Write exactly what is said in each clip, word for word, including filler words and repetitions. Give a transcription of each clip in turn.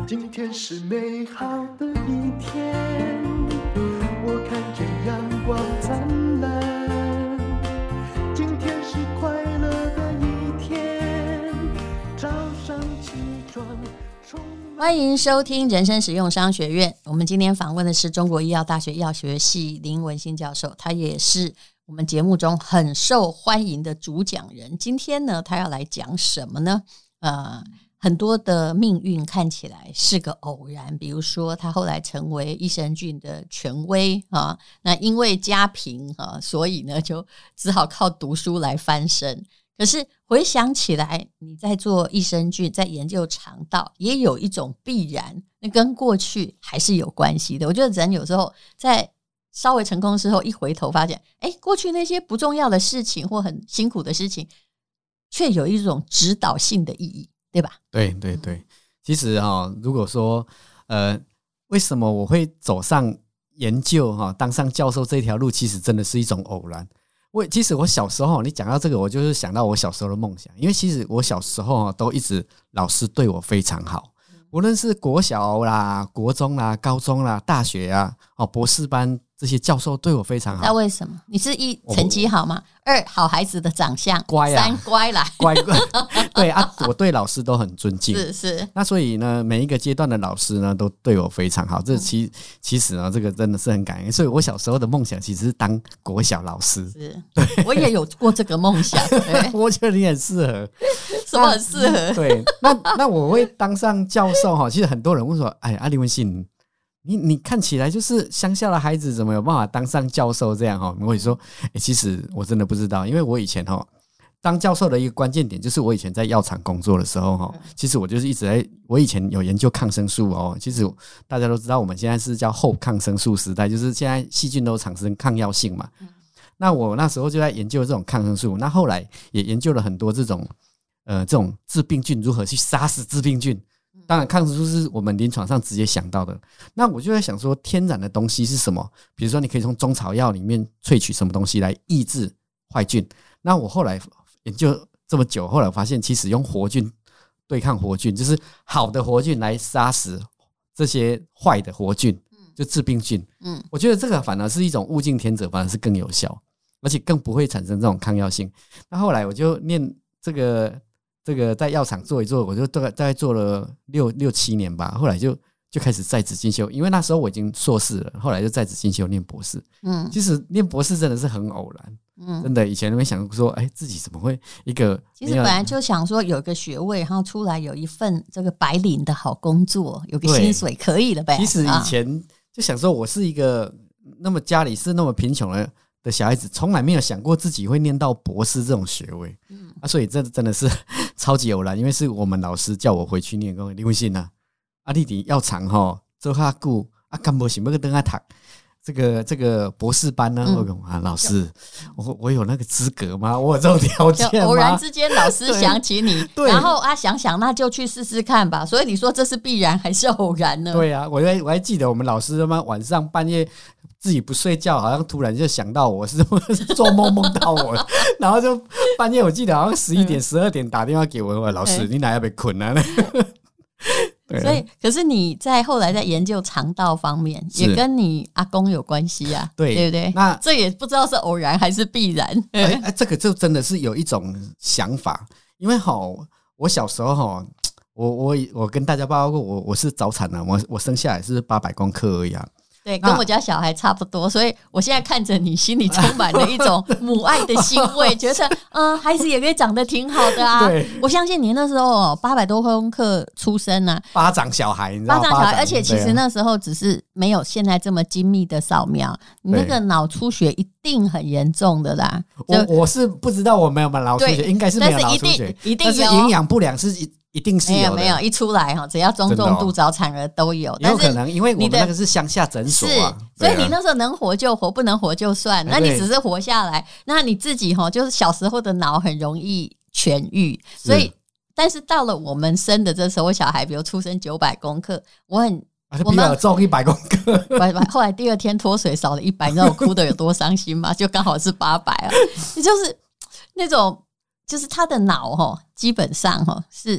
今天是美好的一天，我看见阳光灿烂。今天是快乐的一天，早上起床充满。 欢迎收听人生实用商学院。我们今天访问的是中国医药大学药学系林文欣教授，他也是我们节目中很受欢迎的主讲人。今天呢，他要来讲什么呢？呃，很多的命运看起来是个偶然，比如说他后来成为益生菌的权威啊，那因为家贫啊，所以呢就只好靠读书来翻身。可是回想起来，你在做益生菌，在研究肠道，也有一种必然，那跟过去还是有关系的。我觉得人有时候在稍微成功之后，一回头发现，哎，过去那些不重要的事情或很辛苦的事情，却有一种指导性的意义，对吧？ 对对对，其实哦，如果说呃，为什么我会走上研究哈、哦，当上教授这条路，其实真的是一种偶然。我其实我小时候，你讲到这个，我就是想到我小时候的梦想，因为其实我小时候都一直老师对我非常好，无论是国小啦、国中啦、高中啦、大学啊、哦、博士班，这些教授对我非常好。 那为什么？你是一成绩好吗？二好孩子的长相， 乖啊， 三乖啦， 乖乖。对啊，我对老师都很尊敬， 是是。 那所以呢，每一个阶段的老师呢，都对我非常好。这其其实呢，这个真的是很感恩。所以我小时候的梦想其实是当国小老师。 是，我也有过这个梦想。 我觉得你很适合。 什么很适合？ 对，那那我会当上教授哈。其实很多人问说，哎，阿林文信，你你看起来就是乡下的孩子，怎么有办法当上教授这样哈？我会说，欸，其实我真的不知道，因为我以前哈当教授的一个关键点就是我以前在药厂工作的时候哈，其实我就是一直在，我以前有研究抗生素哦。其实大家都知道，我们现在是叫后抗生素时代，就是现在细菌都产生抗药性嘛。那我那时候就在研究这种抗生素，那后来也研究了很多这种呃这种致病菌如何去杀死致病菌。当然抗生素是我们临床上直接想到的，那我就在想说天然的东西是什么，比如说你可以从中草药里面萃取什么东西来抑制坏菌。那我后来研究这么久，后来发现其实用活菌对抗活菌，就是好的活菌来杀死这些坏的活菌，就致病菌。嗯，我觉得这个反而是一种物竞天择，反而是更有效，而且更不会产生这种抗药性。那后来我就念这个这个在药厂做一做，我就大概大概做了六六七年吧。后来就就开始在职进修，因为那时候我已经硕士了，后来就在职进修念博士。嗯，其实念博士真的是很偶然。嗯，真的以前没想说，哎，自己怎么会一个？ 其实本来就想说有个学位，然后出来有一份这个白领的好工作，有个薪水可以了呗。 其实以前就想说，我是一个那么家里是那么贫穷的。的小孩子从来没有想过自己会念到博士这种学位。嗯啊，所以这真的是超级偶然，因为是我们老师叫我回去念，跟林文信啊，啊你伫药厂吼做较久啊，干不行，要去等下读这个这个博士班呢？我讲啊，老师，我我有那个资格吗？我有这种条件吗？ 偶然之间，老师想起你，然后啊想想，那就去试试看吧。所以你说这是必然还是偶然呢？ 对啊，我还我还记得我们老师他妈晚上半夜自己不睡觉，好像突然就想到我，是做梦梦到我，然后就半夜我记得好像十一点、十二点打电话给我，我老师你哪要被困啊？ 对，所以，可是你在后来在研究肠道方面，也跟你阿公有关系啊，对对不对？那这也不知道是偶然还是必然。 哎哎，这个就真的是有一种想法，因为哈，我小时候哈，我我我跟大家报告过，我我是早产的，我我生下来是八百公克而已啊。 对，跟我家小孩差不多，所以我现在看着你，心里充满了一种母爱的欣慰，觉得嗯，孩子也可以长得挺好的啊。对，我相信你那时候八百多公克出生啊， 巴掌小孩，你知道吗？ 巴掌小孩，而且其实那时候只是没有现在这么精密的扫描，你那个脑出血一定很严重的啦。 我我是不知道我没有脑出血，应该是没有脑出血， 一定有， 但是营养不良是一。一定是有的， 没有没有，一出来哈，只要中重度早产儿都有。 有可能，因为我们那个是乡下诊所啊， 所以你那时候能活就活，不能活就算。那你只是活下来，那你自己哈，就是小时候的脑很容易痊愈，所以，但是到了我们生的这时候，我小孩比如出生九百公克，我很。 我们重一百公克， 后来第二天脱水少了一百，你知道我哭得有多伤心吗？就刚好是八百啊，你就是那种，就是他的脑哈，基本上哈是。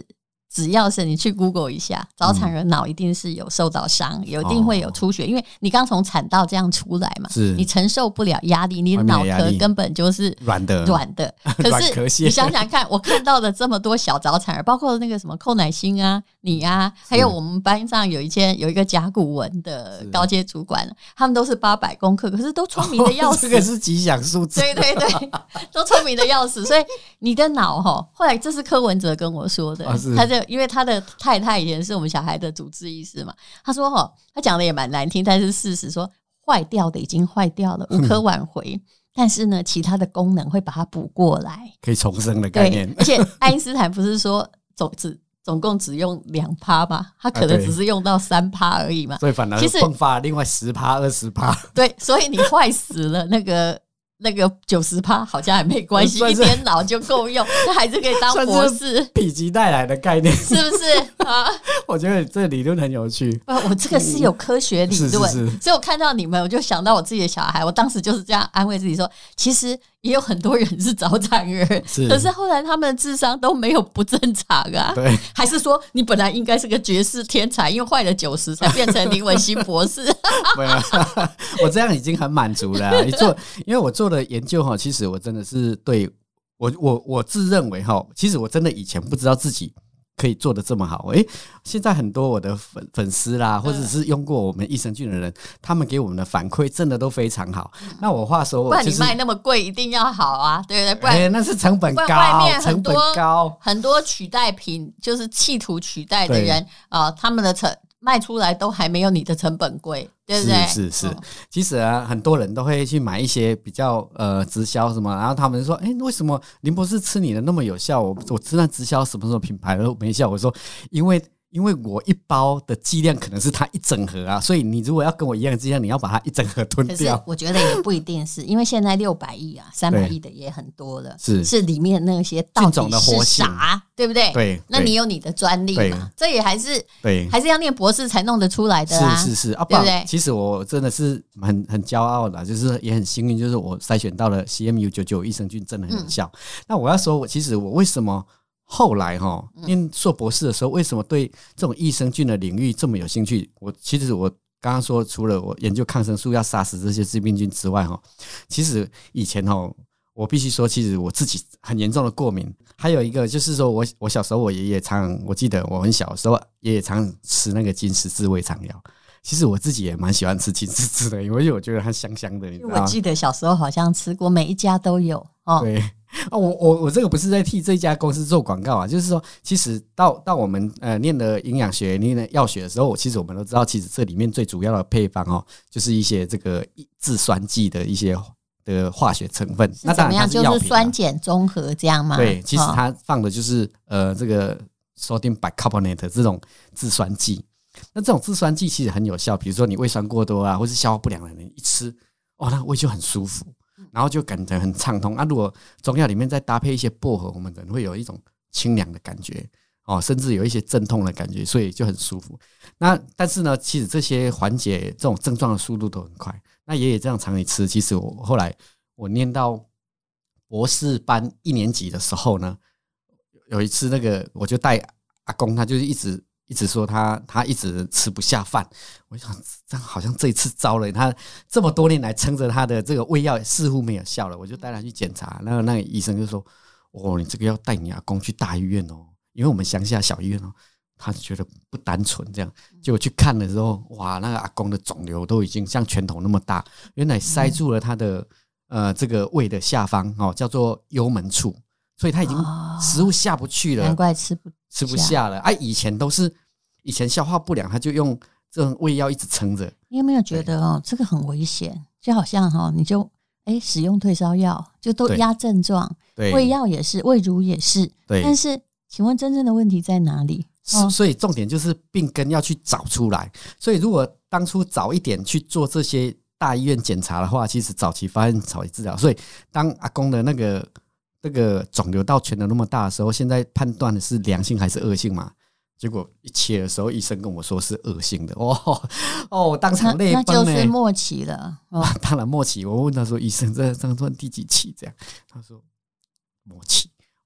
只要是你去 Google 一下，早产儿脑一定是有受到伤，有一定会有出血，因为你刚从产道这样出来嘛， 是你承受不了压力，你的脑壳根本就是软的软的。可是你想想看，我看到的这么多小早产儿，包括那个什么寇乃馨啊、你啊，还有我们班上有一间有一个甲骨文的高阶主管，他们都是八百公克，可是都聪明的要死。 哦、这个是吉祥数字， 对对对，都聪明的要死。所以你的脑哈，后来这是柯文哲跟我说的，啊、他就因为他的太太以前是我们小孩的主治医师嘛，他说哈，他讲的也蛮难听，但是事实说坏掉的已经坏掉了，无可挽回。嗯，但是呢，其他的功能会把它补过来， 可以重生的概念。 而且爱因斯坦不是说总只总共只用两趴嘛，他可能只是用到三趴而已嘛， 所以反而迸发另外十趴、二十趴。对， 所以你坏死了那个。那个九十趴好像还没关系，一点脑就够用，他还是可以当博士。 否极泰来的概念是不是啊？ 我觉得这个理论很有趣。 我这个是有科学理论， 是是是， 所以我看到你们，我就想到我自己的小孩，我当时就是这样安慰自己说，其实也有很多人是早产儿，是可是后来他们的智商都没有不正常啊。 对， 还是说你本来应该是个绝世天才，因为坏了九十才变成林文馨博士。 没有，我这样已经很满足了、啊。你做，因为我做的研究哈，其实我真的是对我我我自认为哈，其实我真的以前不知道自己可以做得这么好。诶、欸，现在很多我的粉粉丝啦，或者是用过我们益生菌的人，他们给我们的反馈真的都非常好。那我话说我、就是， 不然你卖那么贵，一定要好啊，对不对？不然、 欸、那是成本高， 外面成本高， 很多取代品就是企图取代的人啊、呃，他们的成卖出来都还没有你的成本贵，对不对？ 是是是、 嗯， 其实啊，很多人都会去买一些比较呃直销什么，然后他们说，哎、欸，为什么林博士吃你的那么有效？我我吃那直销什么什么品牌都没效。我说，因为。因为我一包的剂量可能是它一整盒啊，所以你如果要跟我一样的剂量，你要把它一整盒吞掉。 可是我觉得也不一定是，因为现在六百亿啊、三百亿的也很多了， 是是里面那些到底是啥，对不对？ 对， 那你有你的专利嘛？这也还是对， 还是要念博士才弄得出来的啊！ 是是是啊， 对不对？ 其实我真的是很很骄傲的，就是也很幸运，就是我筛选到了 C M U 九九 益生菌真的很有效。嗯、那我要说，我其实我为什么？后来哈，念硕博士的时候，为什么对这种益生菌的领域这么有兴趣？我其实我刚刚说，除了我研究抗生素要杀死这些致病菌之外，哈，其实以前哈，我必须说，其实我自己很严重的过敏。还有一个就是说我我小时候我爷爷常，我记得我很小的时候，爷爷常吃那个金十字胃肠药。其实我自己也蛮喜欢吃金十字的，因为我觉得它香香的。你知道吗？ 我记得小时候好像吃过，每一家都有哦。 对。哦、我我我这个不是在替这家公司做广告啊，就是说，其实到到我们呃念的营养学、念的药学的时候，其实我们都知道，其实这里面最主要的配方哦，就是一些这个制酸剂的一些的化学成分。那当然它是药品、啊， 就是酸碱中和这样吗？ 对，其实它放的就是、哦、呃这个 sodium bicarbonate 这种制酸剂。那这种制酸剂其实很有效，比如说你胃酸过多啊，或是消化不良的人一吃，哦，那胃就很舒服。然后就感觉很畅通啊！如果中药里面再搭配一些薄荷，我们可能会有一种清凉的感觉哦，甚至有一些镇痛的感觉，所以就很舒服。那但是呢，其实这些缓解这种症状的速度都很快。那爷爷这样长期吃，其实我后来我念到博士班一年级的时候呢，有一次那个我就带阿公，他就是一直。一直说他他一直吃不下饭，我想这样好像这一次糟了，他这么多年来撑着他的这个胃药似乎没有效了，我就带他去检查，那个那个医生就说：“哦，你这个要带你阿公去大医院哦，因为我们乡下小医院哦。”他觉得不单纯，这样结果去看的时候，哇，那个阿公的肿瘤都已经像拳头那么大，原来塞住了他的呃这个胃的下方哦，叫做幽门处。所以他已经食物下不去了， 难怪吃不吃不下了。啊，以前都是以前消化不良，他就用这种胃药一直撑着。 你有没有觉得哦，这个很危险？就好像哈、哦，你就哎使用退烧药，就都压症状，胃药也是，胃乳也是。对，但是请问真正的问题在哪里？ 哦、所以重点就是病根要去找出来。所以如果当初早一点去做这些大医院检查的话，其实早期发现早期治疗。所以当阿公的那个。这个肿瘤到拳头那么大的时候，现在判断的是良性还是恶性嘛？结果一切的时候，医生跟我说是恶性的，哦哦，当场泪崩、欸、 那就是末期了。哦、 当然末期。我问他说：“医生，这这算第几期？”这样，他说末期。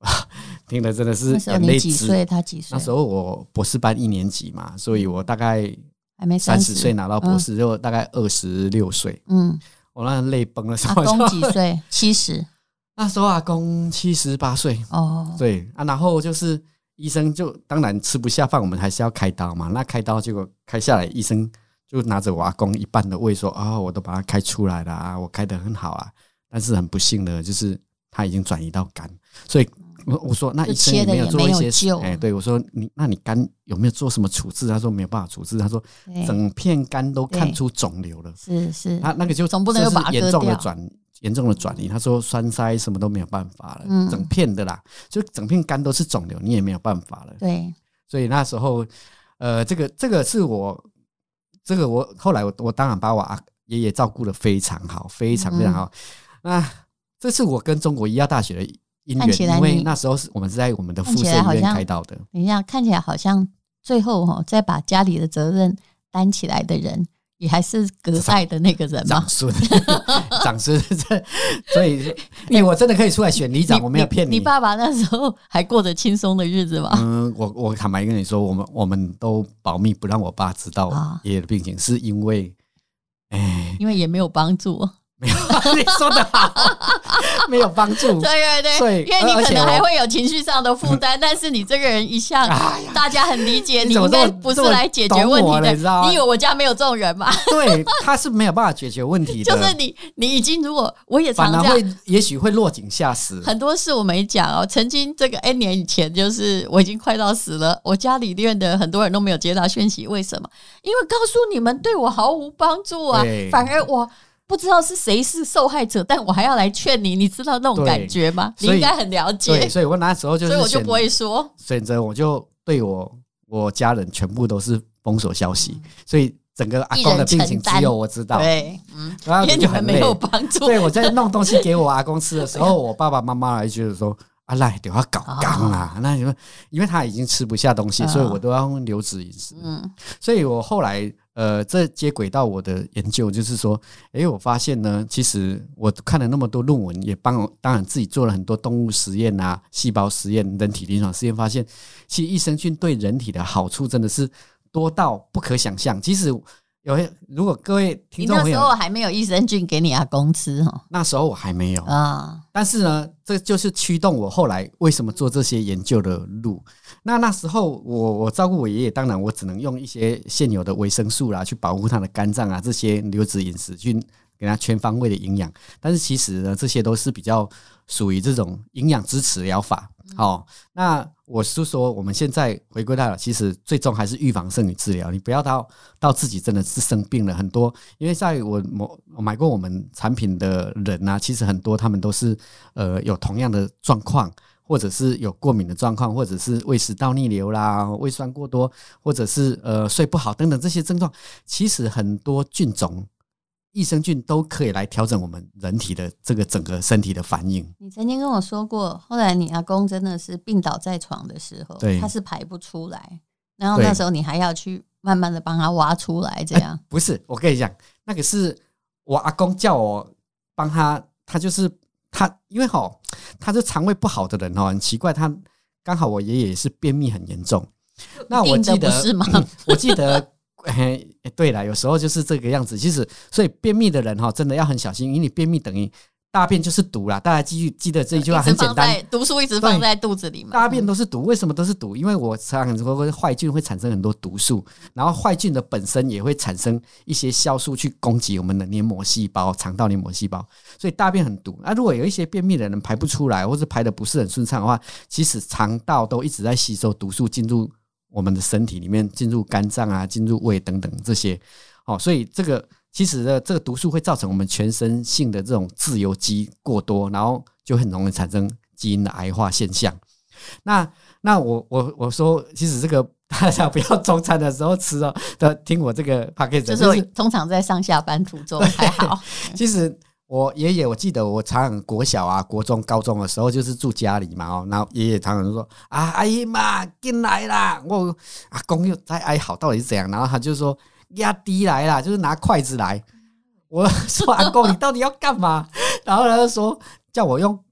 听了真的是那时候眼泪你几岁？他几岁？ 那时候我博士班一年级嘛，所以我大概还没三十岁拿到博士， 嗯、 就大概二十六岁。嗯，我那泪崩了。 阿公几岁？七十。 那时候阿公七十八岁。哦，对啊，然后就是医生就当然吃不下饭，我们还是要开刀嘛。那开刀结果开下来，医生就拿着我阿公一半的胃说啊、哦，我都把它开出来了啊，我开得很好啊。但是很不幸的就是他已经转移到肝，所以。我说那医生也没有做一些哎、欸，对我说你那你肝有没有做什么处置？他说没有办法处置，他说整片肝都看出肿瘤了， 是是， 他那个就总不能又把它严重的转严重的转移。他说栓塞什么都没有办法了，嗯、整片的啦，就整片肝都是肿瘤，你也没有办法了。 对， 所以那时候呃，这个这个是我这个我后来我我当然把我爷爷照顾得非常好，非常非常好。嗯、那这是我跟中国医药大学的。因缘，因为那时候是我们是在我们的附设医院开刀的。 等一下，看起来好像最后哈、哦、再把家里的责任担起来的人，也还是隔代的那个人嘛。 长孙，长孙，所以你、欸、我真的可以出来选里长，我没有骗你。 你爸爸那时候还过着轻松的日子吗？ 嗯，我我坦白跟你说，我们我们都保密，不让我爸知道爷爷的病情，是因为，哎， 因为也没有帮助。 没有，你说的好，没有帮助。 对对对，因为你可能还会有情绪上的负担，但是你这个人一向大家很理解，你应该不是来解决问题的。你, 你以为我家没有这种人吗？ 对，他是没有办法解决问题的。 就是你，你已经如果我也常这样， 反而会也许会落井下石。 很多事我没讲哦，曾经这个 N 年以前，就是我已经快到死了，我家里面的很多人都没有接到讯息，为什么？因为告诉你们对我毫无帮助啊，反而我。不知道是谁是受害者，但我还要来劝你，你知道那种感觉吗？你应该很了解。 对，所以我那时候就是， 所以我就不会说选择，我就对我我家人全部都是封锁消息，嗯、所以整个阿公的病情只有我知道。 对，嗯，然后因为你们没有帮助。 对，我在弄东西给我阿公吃的时候，我爸爸妈妈还觉得说。啊，来，等下搞缸啦！那因为因为他已经吃不下东西，所以我都要用流质饮食。嗯，所以我后来呃，这接轨到我的研究，就是说，哎，我发现呢，其实我看了那么多论文，也帮当然自己做了很多动物实验啊、细胞实验、人体临床实验，发现其实益生菌对人体的好处真的是多到不可想象。其实有，如果各位听众朋友， 你那时候还没有益生菌给你阿公吃哈， 那时候我还没有啊。但是呢，这就是驱动我后来为什么做这些研究的路。那那时候我我照顾我爷爷，当然我只能用一些现有的维生素啦，去保护他的肝脏啊，这些流质饮食去给他全方位的营养。但是其实呢，这些都是比较属于这种营养支持疗法。好、哦，那我是说，我们现在回归到了，其实最终还是预防胜于治疗。你不要到到自己真的是生病了很多，因为在我我买过我们产品的人啊，其实很多他们都是呃有同样的状况，或者是有过敏的状况，或者是胃食道逆流啦、胃酸过多，或者是呃睡不好等等这些症状，其实很多菌种。益生菌都可以来调整我们人体的这个整个身体的反应。 你曾经跟我说过，后来你阿公真的是病倒在床的时候，他是排不出来，然后那时候你还要去慢慢的帮他挖出来，这样、欸、 不是？我跟你讲，那个是我阿公叫我帮他，他就是他，因为哈，他是肠胃不好的人哦，很奇怪，他刚好我爷爷也是便秘很严重，那我记得不是吗？ 我记得。欸、对了，有时候就是这个样子。其实，所以便秘的人哈，真的要很小心，因为你便秘等于大便就是毒啦。大家继续记得这一句话很简单， 毒素一直放在肚子里嘛。 大便都是毒，为什么都是毒？因为我常常说坏菌会产生很多毒素，然后坏菌的本身也会产生一些酵素去攻击我们的黏膜细胞、肠道黏膜细胞，所以大便很毒。那、啊、如果有一些便秘的人排不出来，或者排的不是很顺畅的话，其实肠道都一直在吸收毒素进入。我们的身体里面进入肝脏啊，进入胃等等这些，哦，所以这个其实的这个毒素会造成我们全身性的这种自由基过多，然后就很容易产生基因的癌化现象。那那我我我说，其实这个大家不要中餐的时候吃哦，的听我这个 podcast， 就是我通常在上下班途中还好。 其实。我爷爷，我记得我常常国小啊、国中、高中的时候，就是住家里嘛哦，然后爷爷常常就说：“啊，阿姨妈进来啦！”我阿公又在哀嚎，到底是怎样？然后他就说：“压低来啦，就是拿筷子来。”我说：“阿公，你到底要干嘛？”然后他就说：“叫我用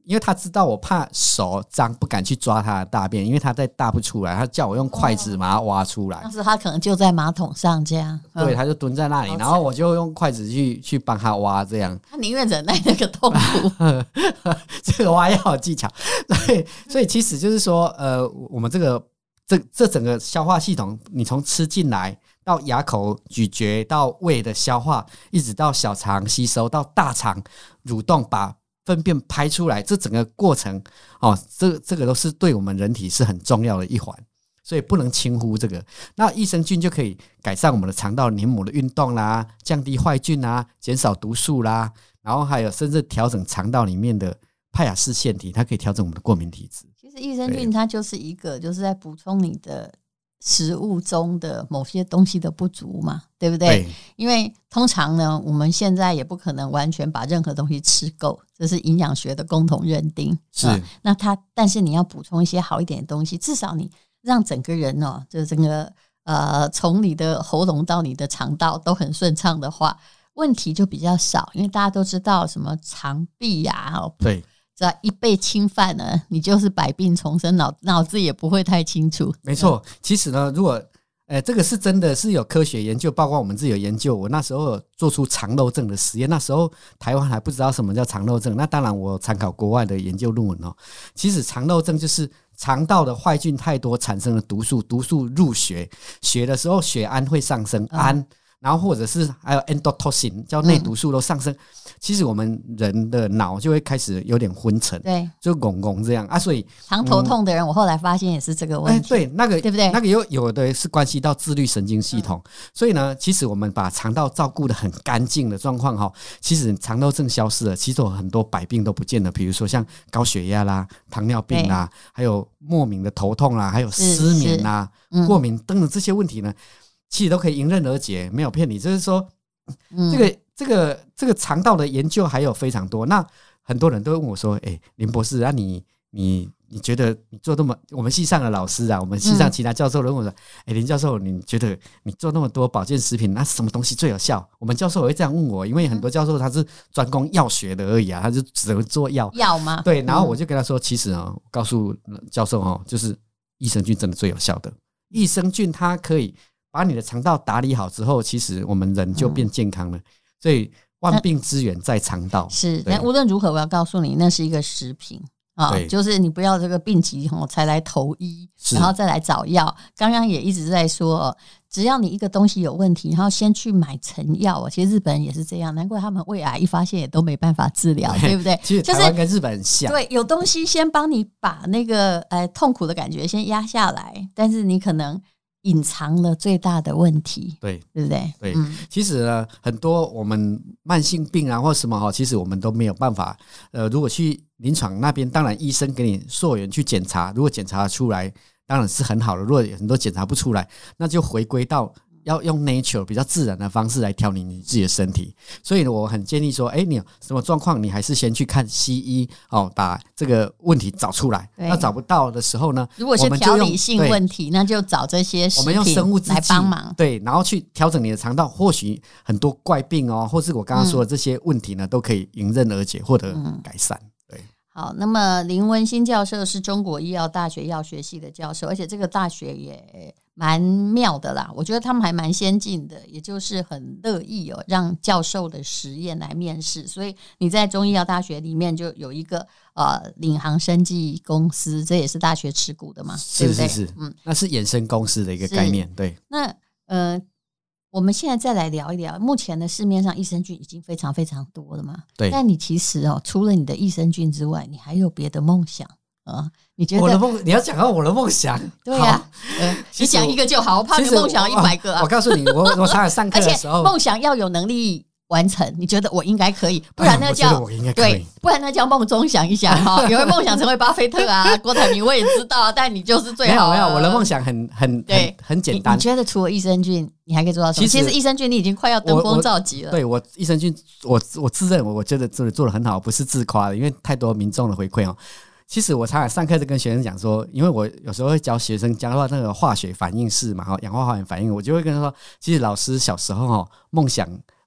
因为他知道我怕手脏不敢去抓他的大便，因为他再大不出来，他叫我用筷子把它挖出来。 但是他可能就在马桶上这样， 对，他就蹲在那里，然后我就用筷子去去帮他挖，这样。 他宁愿忍耐那个痛苦。 这个挖要有技巧，对，所以其实就是说，呃，我们这个这这整个消化系统，你从吃进来到牙口咀嚼，到胃的消化，一直到小肠吸收，到大肠蠕动把粪便排出来，这整个过程哦，这这个都是对我们人体是很重要的一环，所以不能轻忽这个。那益生菌就可以改善我们的肠道黏膜的运动啦，降低坏菌啦，减少毒素啦，然后还有甚至调整肠道里面的派雅氏腺体，它可以调整我们的过敏体质。 其实益生菌它就是一个，就是在补充你的食物中的某些东西的不足嘛，对不对？对，因为通常呢，我们现在也不可能完全把任何东西吃够，这是营养学的共同认定。 是， 啊、那它，但是你要补充一些好一点的东西，至少你让整个人哦，就整个呃，从你的喉咙到你的肠道都很顺畅的话，问题就比较少。因为大家都知道什么肠壁呀、啊， 对。 只要一被侵犯了，你就是百病丛生，脑脑子也不会太清楚。 没错，其实呢，如果呃这个是真的是有科学研究，包括我们自己有研究。我那时候有做出肠漏症的实验，那时候台湾还不知道什么叫肠漏症。那当然，我参考国外的研究论文哦。其实肠漏症就是肠道的坏菌太多产生了毒素，毒素入血，血的时候血氨会上升，氨。嗯，然后或者是还有 endotoxin 叫内毒素都上升、嗯、其实我们人的脑就会开始有点昏沉， 对， 就拱拱这样啊。所以常头痛的人、嗯、我后来发现也是这个问题、 欸、对，那个对不对？ 那个有有的是关系到自律神经系统、嗯、所以呢，其实我们把肠道照顾得很干净的状况，其实肠漏症消失了，其实有很多百病都不见了，比如说像高血压啦、糖尿病啦，还有莫名的头痛啦，还有失眠啦、嗯、过敏等等这些问题呢，其实都可以迎刃而解，没有骗你。就是说，嗯、这个这个这个肠道的研究还有非常多。那很多人都问我说：“哎、欸，林博士，啊你你你觉得你做那么……我们系上的老师啊，我们系上其他教授都问我说：‘哎、欸，林教授，你觉得你做那么多保健食品，那什么东西最有效？’我们教授也会这样问我，因为很多教授他是专攻药学的而已啊，他就只能做药药吗？ 对。然后我就跟他说，其实啊，告诉教授哦，就是益生菌真的最有效的。益生菌它可以把你的肠道打理好之后，其实我们人就变健康了、嗯、所以万病之源在肠道。 是，但无论如何我要告诉你，那是一个食品啊，就是你不要这个病急才来投医，然后再来找药。刚刚也一直在说，只要你一个东西有问题，然后先去买成药。其实日本人也是这样，难怪他们胃癌一发现也都没办法治疗， 对, 对不对？ 其实台湾跟日本很像， 对，有东西先帮你把那个呃痛苦的感觉先压下来，但是你可能隐藏了最大的问题， 对， 对不对？ 对，嗯、其实呢，很多我们慢性病啊或什么哈，其实我们都没有办法。呃，如果去临床那边，当然医生给你溯源去检查，如果检查出来，当然是很好的。如果很多检查不出来，那就回归到要用 nature 比较自然的方式来调理你自己的身体。所以我很建议说，哎，你有什么状况，你还是先去看西医哦，把这个问题找出来。那找不到的时候呢， 如果是调理性问题，那就找这些食品来帮忙，我们用生物制剂， 对，然后去调整你的肠道，或许很多怪病哦，或是我刚刚说的这些问题呢，嗯、都可以迎刃而解，获得改善。对。 好，那么林文新教授是中国医药大学药学系的教授，而且这个大学也蛮妙的啦，我觉得他们还蛮先进的，也就是很乐意哦让教授的实验来面试。所以你在中医药大学里面就有一个呃领航生技公司，这也是大学持股的嘛， 是对不对？ 是是，嗯，那是衍生公司的一个概念。对， 那呃。我们现在再来聊一聊，目前的市面上益生菌已经非常非常多了嘛？ 对。 但你其实哦，除了你的益生菌之外，你还有别的梦想啊？你觉得我的梦？你要讲到我的梦想？ 对呀、啊呃，你讲一个就好，我怕你梦想一百个、啊我。我告诉你，我我常常上课的时候， 而且梦想要有能力完成，你觉得我应该可以，不然那叫、 嗯、 对，不然那叫梦中想一想哈。有人梦想成为巴菲特啊，郭台铭我也知道，但你就是最好。 没有没有，我的梦想很很对很很简单。 你, 你觉得除了益生菌，你还可以做到什么？其实益生菌你已经快要登峰造极了。 我我对我益生菌，我我自认我觉得做的做的很好，不是自夸的，因为太多民众的回馈哦。其实我常常上课就跟学生讲说，因为我有时候会教学生教到那个化学反应式嘛，氧化还原反应，我就会跟他说，其实老师小时候哦梦想。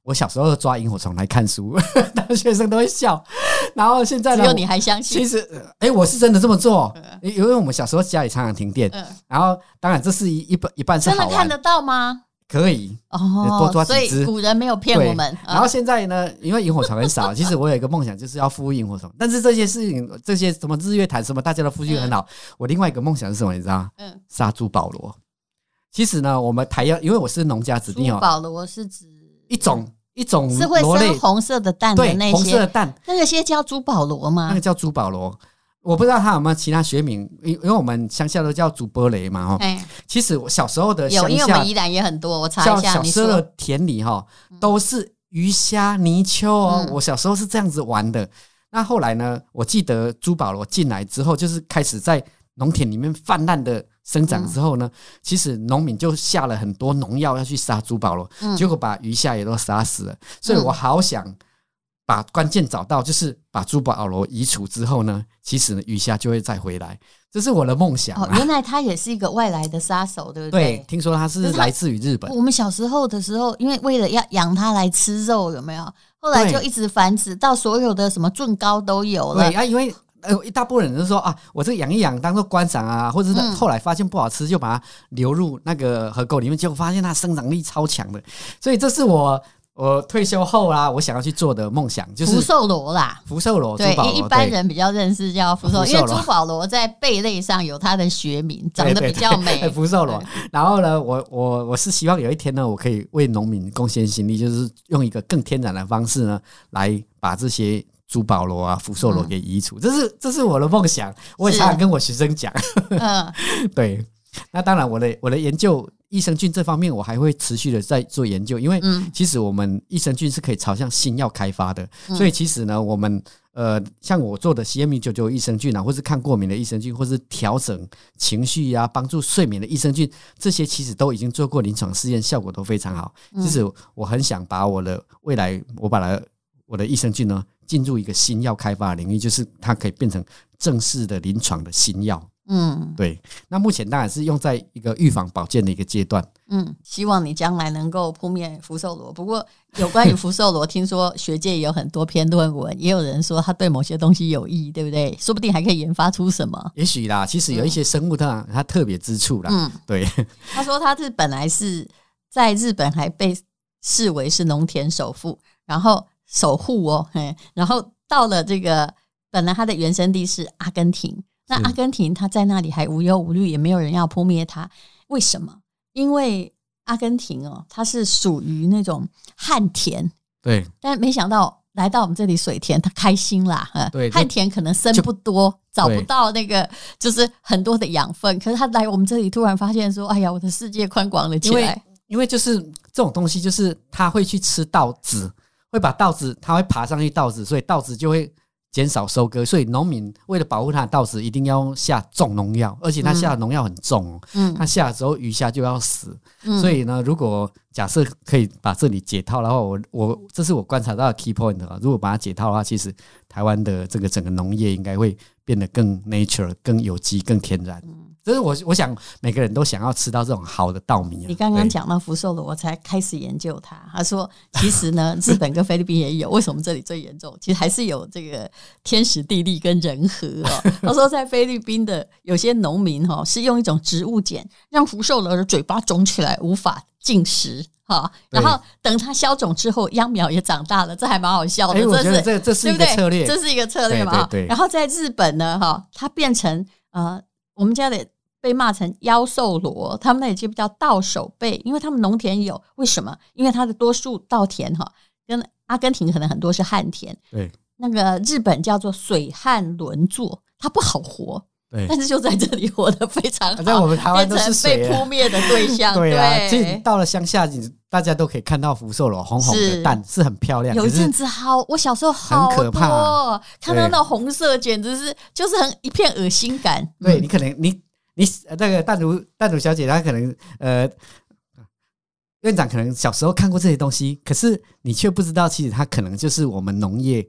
我小时候抓萤火虫来看书，当学生都会笑。然后现在呢， 只有你还相信？ 其实，哎、欸，我是真的这么做，嗯、因为我们小时候家里常常停电，嗯、然后当然这是一一一半是好玩， 真的看得到吗？ 可以哦， 多抓几只。 所以古人没有骗我们。 然后现在呢，因为萤火虫很少，其实我有一个梦想，就是要复萤火虫。但是这些事情，这些什么日月潭什么，大家都复育很好。嗯、我另外一个梦想是什么？你知道吗？嗯，杀珠宝螺。其实呢，我们台湾，因为我是农家子弟哦， 珠宝螺是指一种一种是会生红色的蛋的那些， 红色的蛋， 那个些叫珠宝螺吗？ 那个叫珠宝螺。我不知道它有没有其他学名，因为我们乡下都叫竹波雷嘛，哈。其实我小时候的乡下， 有，因为我们宜兰也很多，我查一下。 小时候的田里哈，都是鱼虾泥鳅哦、嗯。我小时候是这样子玩的。那后来呢？我记得珠宝螺进来之后，就是开始在农田里面泛滥的生长之后呢，嗯、其实农民就下了很多农药要去杀珠宝螺，嗯、结果把鱼虾也都杀死了。所以我好想把关键找到，就是把珠宝螺移除之后呢，其实呢鱼虾就会再回来，这是我的梦想、啊。 哦，原来他也是一个外来的杀手，对不对？ 对，听说他是来自于日本。 我们小时候的时候，因为为了要养它来吃肉，有没有？后来就一直繁殖到所有的什么菌膏都有了。 对啊，因为呃一大部分人就说啊，我这个养一养当做观赏啊，或者是后来发现不好吃，就把它流入那个河沟里面，结果发现它生长力超强的，所以这是我。我退休后啦，我想要去做的梦想就是福寿螺啦， 福寿螺， 对， 珠宝螺， 一般人比较认识叫福寿，因为珠宝螺在贝类上有它的学名，长得比较美。 福寿螺，然后呢，我我我是希望有一天呢，我可以为农民贡献心力，就是用一个更天然的方式呢，来把这些珠宝螺啊、福寿螺给移除，嗯、这是这是我的梦想，我也常常跟我学生讲。嗯，对。那当然我的我的研究益生菌这方面我还会持续的在做研究，因为其实我们益生菌是可以朝向新药开发的，嗯、所以其实呢我们呃像我做的 C M 九九 益生菌啊，或是抗过敏的益生菌，或是调整情绪啊帮助睡眠的益生菌，这些其实都已经做过临床试验，效果都非常好。其实我很想把我的未来我把它我的益生菌呢进入一个新药开发的领域，就是它可以变成正式的临床的新药。嗯，对。那目前当然是用在一个预防保健的一个阶段。 嗯，希望你将来能够扑灭福寿螺。不过有关于福寿螺，听说学界也有很多篇论文，也有人说它对某些东西有益，对不对？说不定还可以研发出什么。 也许啦，其实有一些生物它它特别之处啦。嗯，对。 他说他是本来是在日本还被视为是农田首富，然后守护哦，嘿，然后到了这个本来他的原生地是阿根廷。那阿根廷他在那里还无忧无虑，也没有人要扑灭他，为什么？因为阿根廷哦，它是属于那种旱田， 对， 但没想到来到我们这里水田，他开心啦。对，旱田可能生不多，找不到那个就是很多的养分，可是他来我们这里，突然发现说，哎呀，我的世界宽广了起来。 因为因为就是这种东西，就是他会去吃稻子，会把稻子，他会爬上去稻子，所以稻子就会减少收割，所以农民为了保护他的稻子，一定要下重农药，而且他下的农药很重，嗯，他下了之后鱼虾就要死，嗯，所以呢，如果假设可以把这里解套的话，我我这是我观察到的 key point 啊，如果把它解套的话，其实台湾的这个整个农业应该会变得更 nature、更有机、更天然。嗯，这是我我想每个人都想要吃到这种好的稻米啊。 你刚刚讲到福寿螺，我才开始研究它。他说，其实呢，日本跟菲律宾也有，为什么这里最严重？其实还是有这个天时地利跟人和哦。他说，在菲律宾的有些农民哈、哦，是用一种植物碱让福寿螺的嘴巴肿起来，无法进食。然后等它消肿之后，秧苗也长大了，这还蛮好笑的。 欸、我觉得这这是一个策略， 这是一个策略嘛。对对对，然后在日本呢，哈，它变成呃，我们家的被骂成妖兽螺，他们那里就叫稻手背，因为他们农田有，为什么？因为它的多数稻田哈，跟阿根廷可能很多是旱田，对，那个日本叫做水旱轮作，它不好活。对，但是就在这里活得非常好， 在我们台湾都是水被扑灭的对象。 对啊，其实到了乡下，大家都可以看到福寿螺红红的蛋，是很漂亮。 有一阵子好，我小时候好多，很可怕，看到那红色简直是就是很一片恶心感。 对、嗯、你可能你你那个淡如淡如小姐，她可能呃。院长可能小时候看过这些东西，可是你却不知道，其实它可能就是我们农业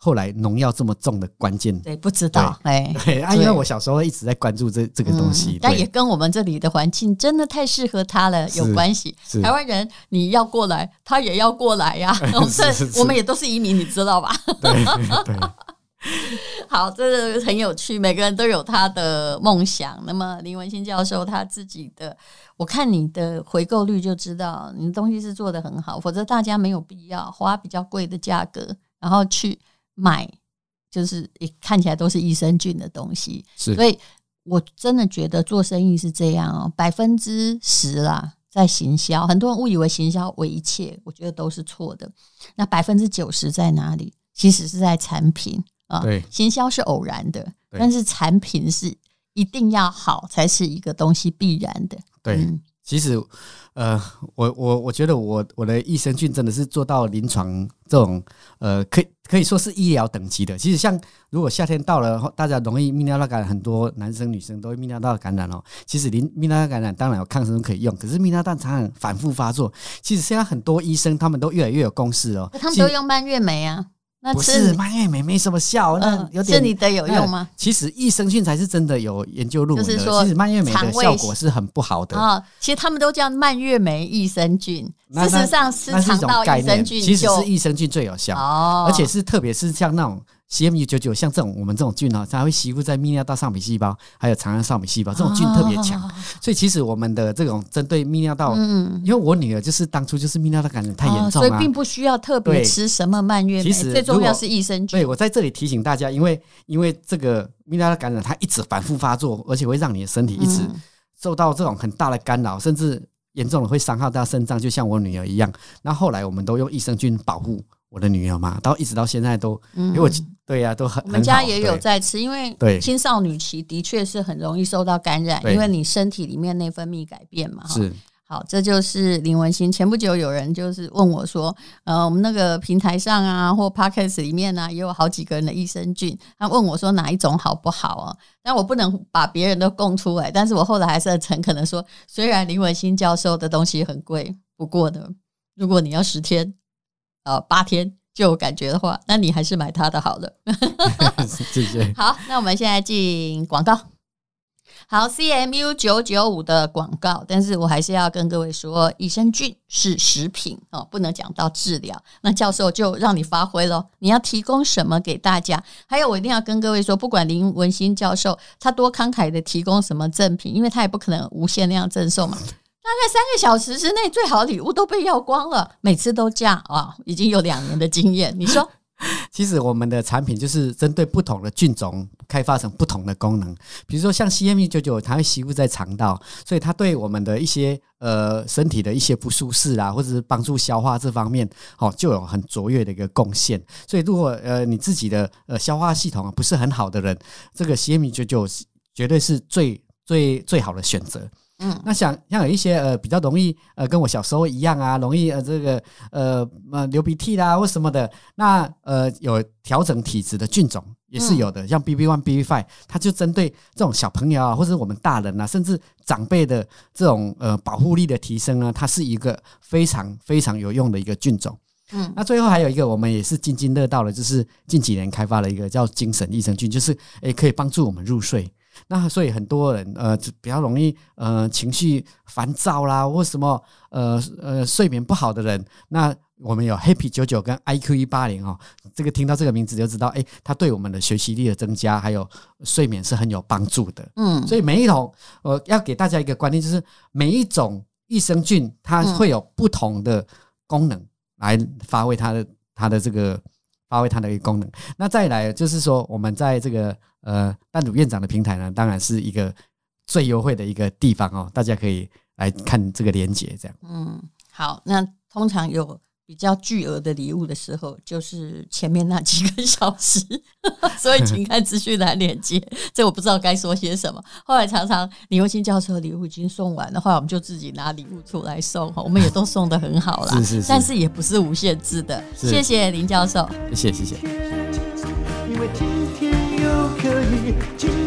后来农药这么重的关键。 对，不知道，哎， 对啊，因为我小时候一直在关注这这个东西、嗯， 但也跟我们这里的环境真的太适合他了有关系。台湾人你要过来，他也要过来呀、啊，我们也都是移民，你知道吧？ 对对。 好，这个很有趣，每个人都有他的梦想。那么林文新教授他自己的，我看你的回购率就知道你的东西是做得很好，否则大家没有必要花比较贵的价格，然后去买，就是看起来都是益生菌的东西。所以我真的觉得做生意是这样哦，百分之十啦，在行销，很多人误以为行销为一切，我觉得都是错的。那百分之九十在哪里？其实是在产品。 对， 行销是偶然的，但是产品是一定要好才是一个东西必然的。 对，嗯、其实呃，我我我觉得我我的益生菌真的是做到临床这种呃，可以可以说是医疗等级的。其实像如果夏天到了，大家容易泌尿道感染，很多男生女生都会泌尿道感染哦。其实临泌尿道感染当然有抗生素可以用，可是泌尿道常常反复发作。其实现在很多医生他们都越来越有共识哦， 他们都用蔓越莓啊。那不是蔓越莓没什么效，那有点、 嗯、是你的有用吗？ 其实益生菌才是真的有研究论文的，就是说其实蔓越莓的效果是很不好的、 哦、其实他们都叫蔓越莓益生菌，事实上是肠道益生菌， 其实是益生菌最有效、哦、而且是特别是像那种 C M U 九十九 像这种我们这种菌、哦、它会吸附在泌尿道上皮细胞还有肠道上皮细胞，这种菌特别强、哦、所以其实我们的这种针对泌尿道、嗯、因为我女儿就是当初就是泌尿道感染太严重、啊哦、 所以并不需要特别吃什么蔓越莓，最重要是益生菌。 对，我在这里提醒大家，因为因为这个泌尿道感染它一直反复发作，而且会让你的身体一直受到这种很大的干扰、嗯、甚至严重的会伤害到肾脏，就像我女儿一样。那后来我们都用益生菌保护我的女儿嘛，到一直到现在都，嗯、因为我对呀、啊，都很。 我们家也有在吃，因为青少女期的确是很容易受到感染，因为你身体里面内分泌改变嘛。 是。 好，这就是林文新。前不久有人就是问我说，呃，我们那个平台上啊，或 Podcast 里面啊，也有好几个人的益生菌，他问我说哪一种好不好啊？但我不能把别人都供出来，但是我后来还是很诚恳的说，虽然林文新教授的东西很贵，不过呢，如果你要十天，呃，八天就有感觉的话，那你还是买他的好了。 谢谢。 好，那我们现在进广告。好 C M U 九九五 的广告，但是我还是要跟各位说，益生菌是食品哦，不能讲到治疗。那教授就让你发挥咯，你要提供什么给大家？还有我一定要跟各位说，不管林文新教授他多慷慨的提供什么赠品，因为他也不可能无限量赠送嘛。大概三个小时之内，最好的礼物都被要光了，每次都这样啊，已经有两年的经验。你说？ 其实我们的产品就是针对不同的菌种开发成不同的功能，比如说像 C M U 九九 它会吸附在肠道，所以它对我们的一些呃身体的一些不舒适啊，或者是帮助消化这方面，哦，就有很卓越的一个贡献。所以如果呃你自己的呃消化系统、啊、不是很好的人，这个 C M U 九九 绝对是最最最好的选择。嗯，那像像有一些呃比较容易呃跟我小时候一样啊，容易呃这个呃呃流鼻涕啦或什么的，那呃有调整体质的菌种也是有的，嗯、像 B B 一 B B 五 它就针对这种小朋友啊，或者我们大人啊，甚至长辈的这种呃保护力的提升呢，它是一个非常非常有用的一个菌种。嗯，那最后还有一个我们也是津津乐道的，就是近几年开发了一个叫精神益生菌，就是诶可以帮助我们入睡。那所以很多人呃比较容易呃情绪烦躁啦，或什么呃呃睡眠不好的人，那我们有 Happy 九九 跟 I Q 一八零 哦，这个听到这个名字就知道，哎，它对我们的学习力的增加还有睡眠是很有帮助的。嗯，所以每一种呃要给大家一个观念，就是每一种益生菌它会有不同的功能来发挥它的它的这个。发挥它的一个功能。那再来就是说，我们在这个呃丹鲁院长的平台呢，当然是一个最优惠的一个地方哦，大家可以来看这个连结，这样。嗯， 好，那通常有比较巨额的礼物的时候，就是前面那几个小时，所以请看资讯栏连结。这我不知道该说些什么。后来常常林文新教授的礼物已经送完了，后来我们就自己拿礼物出来送，我们也都送得很好啦。 是是是， 但是也不是无限制的。谢谢林教授， 谢谢谢谢。 因为今天又可以。